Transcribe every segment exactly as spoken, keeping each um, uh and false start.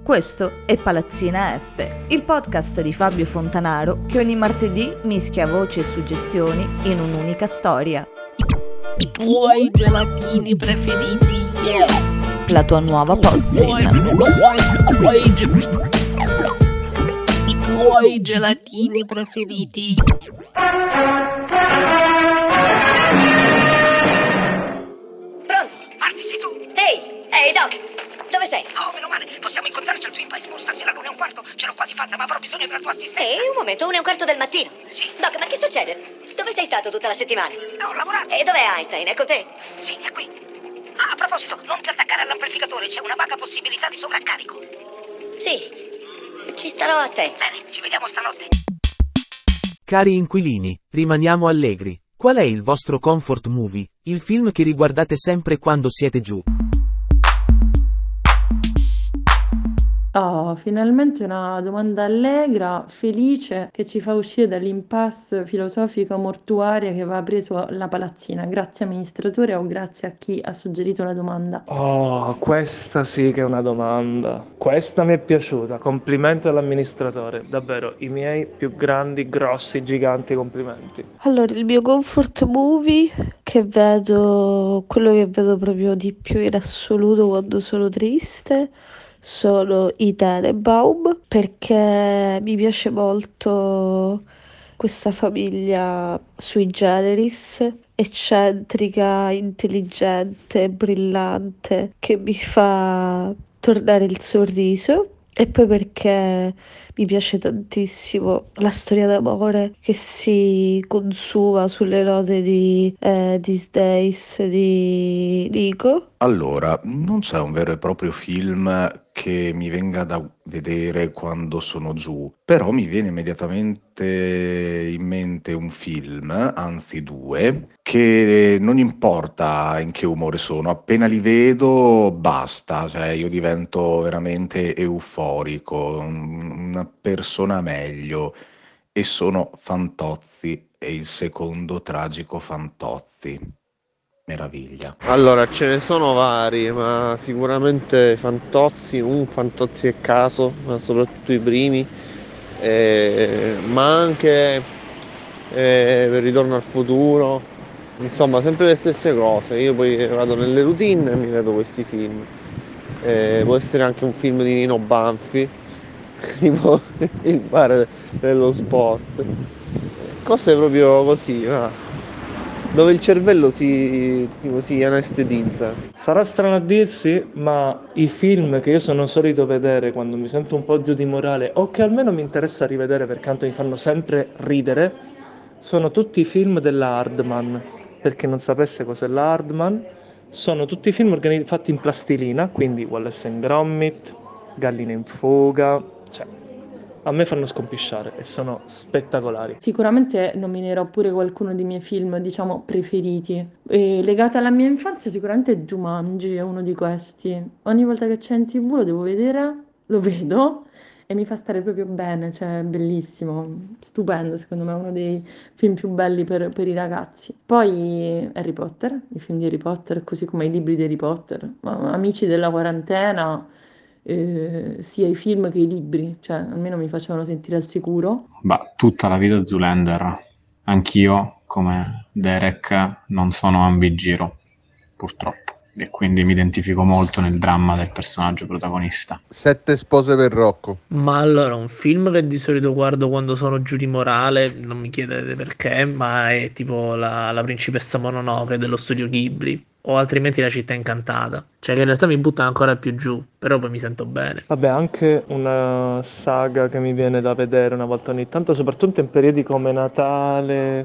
Questo è Palazzina F, il podcast di Fabio Fontanaro che ogni martedì mischia voci e suggestioni in un'unica storia. I tuoi gelatini preferiti, yeah. La tua nuova pozzina. I tuoi gelatini preferiti. Pronto? Marti, sei tu? Ehi, ehi Doc, dove sei? Oh, meno male, possiamo incontrarci al Twin Pass stasera all'una e un quarto. Ce l'ho quasi fatta, ma avrò bisogno della tua assistenza. Ehi, un momento, una e un quarto del mattino. Sì. Doc, ma che succede? Dove sei stato tutta la settimana? Ho lavorato. E dov'è Einstein? È con te? Sì, è qui. Ah, a proposito, non ti attaccare all'amplificatore, c'è una vaga possibilità di sovraccarico. Sì, ci starò attento. Bene, ci vediamo stanotte. Cari inquilini, rimaniamo allegri. Qual è il vostro comfort movie, il film che riguardate sempre quando siete giù? Oh, finalmente una domanda allegra, felice, che ci fa uscire dall'impasse filosofico mortuaria che va preso la palazzina. Grazie amministratore o grazie a chi ha suggerito la domanda. Oh, questa sì che è una domanda. Questa mi è piaciuta. Complimenti all'amministratore. Davvero, i miei più grandi, grossi, giganti complimenti. Allora, il mio comfort movie che vedo, quello che vedo proprio di più in assoluto quando sono triste, sono i Tenenbaum, perché mi piace molto questa famiglia sui generis, eccentrica, intelligente, brillante, che mi fa tornare il sorriso. E poi perché mi piace tantissimo la storia d'amore che si consuma sulle note di eh, These Days di Nico. Allora, non c'è un vero e proprio film che mi venga da vedere quando sono giù, però mi viene immediatamente in mente un film, anzi due, che non importa in che umore sono, appena li vedo basta, cioè io divento veramente euforico, una persona meglio, e sono Fantozzi e il secondo tragico Fantozzi. Meraviglia. Allora, ce ne sono vari, ma sicuramente Fantozzi, un Fantozzi a caso, ma soprattutto i primi, eh, ma anche eh, Ritorno al futuro, insomma sempre le stesse cose. Io poi vado nelle routine e mi vedo questi film. Eh, può essere anche un film di Nino Banfi, tipo il bar dello sport, cose proprio così, va. Dove il cervello si, tipo, si anestetizza. Sarà strano a dirsi, ma i film che io sono solito vedere quando mi sento un po' giù di morale, o che almeno mi interessa rivedere perché tanto mi fanno sempre ridere, sono tutti i film della Hardman. Per chi non sapesse cos'è la Hardman, sono tutti film organi- fatti in plastilina, quindi Wallace and Gromit, Gallina in fuga, cioè a me fanno scompisciare e sono spettacolari. Sicuramente nominerò pure qualcuno dei miei film, diciamo, preferiti. E legato alla mia infanzia, sicuramente Jumanji è uno di questi. Ogni volta che c'è in tivù lo devo vedere, lo vedo e mi fa stare proprio bene, cioè bellissimo, stupendo, secondo me è uno dei film più belli per, per i ragazzi. Poi Harry Potter, i film di Harry Potter, così come i libri di Harry Potter. Ma Amici della quarantena, eh, sia i film che i libri, cioè almeno mi facevano sentire al sicuro. Bah, tutta la vita Zoolander. Anch'io, come Derek, non sono ambigiro, purtroppo. E quindi mi identifico molto nel dramma del personaggio protagonista. Sette spose per Rocco. Ma allora, un film che di solito guardo quando sono giù di morale, non mi chiedete perché, ma è tipo la, la principessa Mononoke dello studio Ghibli, o altrimenti La città incantata, cioè che in realtà mi buttano ancora più giù, però poi mi sento bene. Vabbè, anche una saga che mi viene da vedere una volta ogni tanto, soprattutto in periodi come Natale,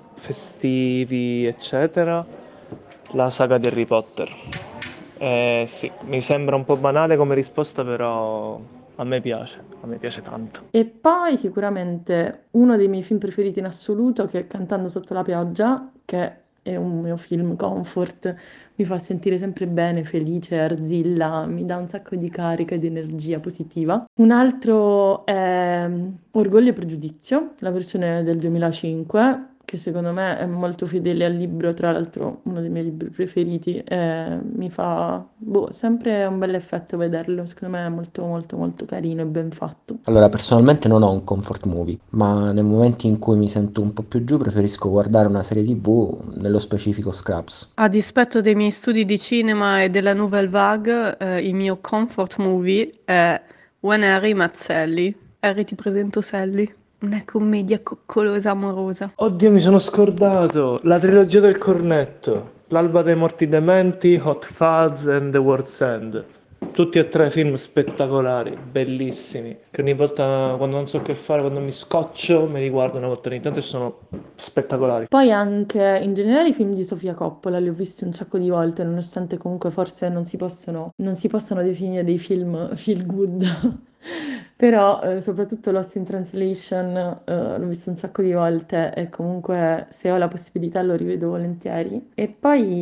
festivi, eccetera, la saga di Harry Potter. Eh, sì, mi sembra un po' banale come risposta, però a me piace, a me piace tanto. E poi sicuramente uno dei miei film preferiti in assoluto, che è Cantando sotto la pioggia, che è un mio film comfort, mi fa sentire sempre bene, felice, arzilla, mi dà un sacco di carica e di energia positiva. Un altro è Orgoglio e Pregiudizio, la versione del duemilacinque, che secondo me è molto fedele al libro, tra l'altro uno dei miei libri preferiti, e mi fa boh, sempre un bel effetto vederlo, secondo me è molto molto molto carino e ben fatto. Allora, personalmente non ho un comfort movie, ma nei momenti in cui mi sento un po' più giù preferisco guardare una serie tv, nello specifico Scrubs. A dispetto dei miei studi di cinema e della Nouvelle Vague, eh, il mio comfort movie è When Harry Met Sally. Harry, ti presento Sally. Una commedia coccolosa amorosa. Oddio, mi sono scordato! La trilogia del cornetto. L'alba dei morti dementi, Hot Fuzz and The World's End. Tutti e tre film spettacolari, bellissimi, che ogni volta quando non so che fare, quando mi scoccio, me li guardo una volta ogni tanto e sono spettacolari. Poi anche in generale i film di Sofia Coppola li ho visti un sacco di volte, nonostante comunque forse non si possono, non si possono definire dei film feel good. Però eh, soprattutto Lost in Translation eh, l'ho visto un sacco di volte e comunque se ho la possibilità lo rivedo volentieri. E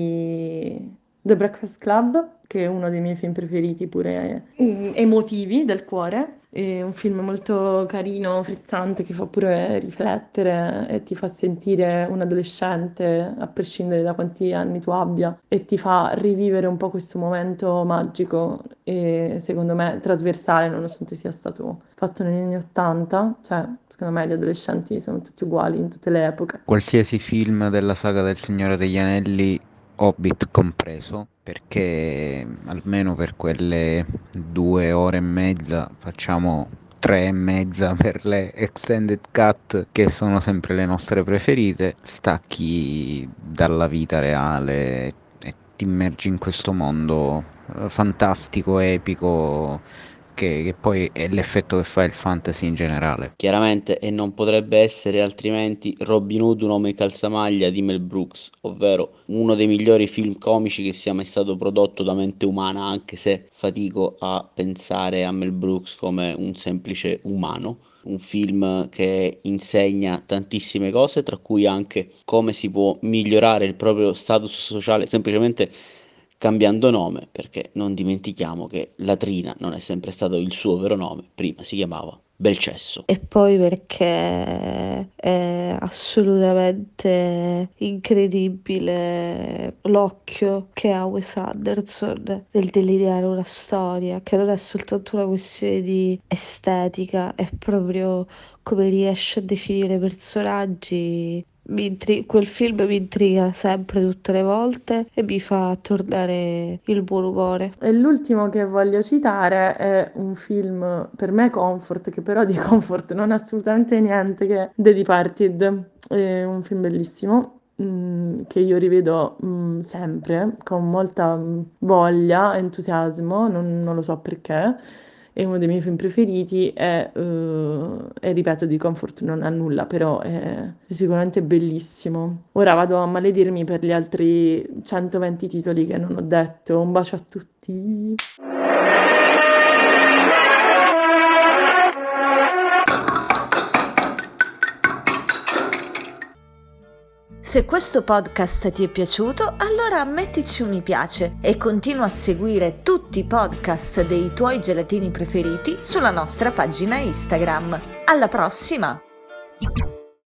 poi The Breakfast Club, che è uno dei miei film preferiti, pure eh, emotivi del cuore. È un film molto carino, frizzante, che fa pure riflettere e ti fa sentire un adolescente, a prescindere da quanti anni tu abbia, e ti fa rivivere un po' questo momento magico e secondo me trasversale, nonostante sia stato fatto negli anni Ottanta. Cioè, secondo me gli adolescenti sono tutti uguali in tutte le epoche. Qualsiasi film della saga del Signore degli Anelli, Hobbit compreso, perché almeno per quelle due ore e mezza, facciamo tre e mezza per le extended cut, che sono sempre le nostre preferite, stacchi dalla vita reale e ti immergi in questo mondo eh, fantastico, epico, che, che poi è l'effetto che fa il fantasy in generale. Chiaramente, e non potrebbe essere altrimenti, Robin Hood, un uomo in calzamaglia di Mel Brooks, ovvero uno dei migliori film comici che sia mai stato prodotto da mente umana, anche se fatico a pensare a Mel Brooks come un semplice umano. Un film che insegna tantissime cose, tra cui anche come si può migliorare il proprio status sociale semplicemente cambiando nome, perché non dimentichiamo che Latrina non è sempre stato il suo vero nome, prima si chiamava Belcesso. E poi perché è assolutamente incredibile l'occhio che ha Wes Anderson nel delineare una storia, che non è soltanto una questione di estetica, è proprio come riesce a definire personaggi. Mi intri- quel film mi intriga sempre, tutte le volte, e mi fa tornare il buon umore. E l'ultimo che voglio citare è un film per me comfort, che però di comfort non ha assolutamente niente, che è The Departed. È un film bellissimo, mm, che io rivedo mm, sempre con molta mm, voglia, entusiasmo, non, non lo so perché. È uno dei miei film preferiti e, uh, e ripeto, di comfort non ha nulla, però è, è sicuramente bellissimo. Ora vado a maledirmi per gli altri centoventi titoli che non ho detto. Un bacio a tutti. Se questo podcast ti è piaciuto, allora mettici un mi piace e continua a seguire tutti i podcast dei tuoi gelatini preferiti sulla nostra pagina Instagram. Alla prossima!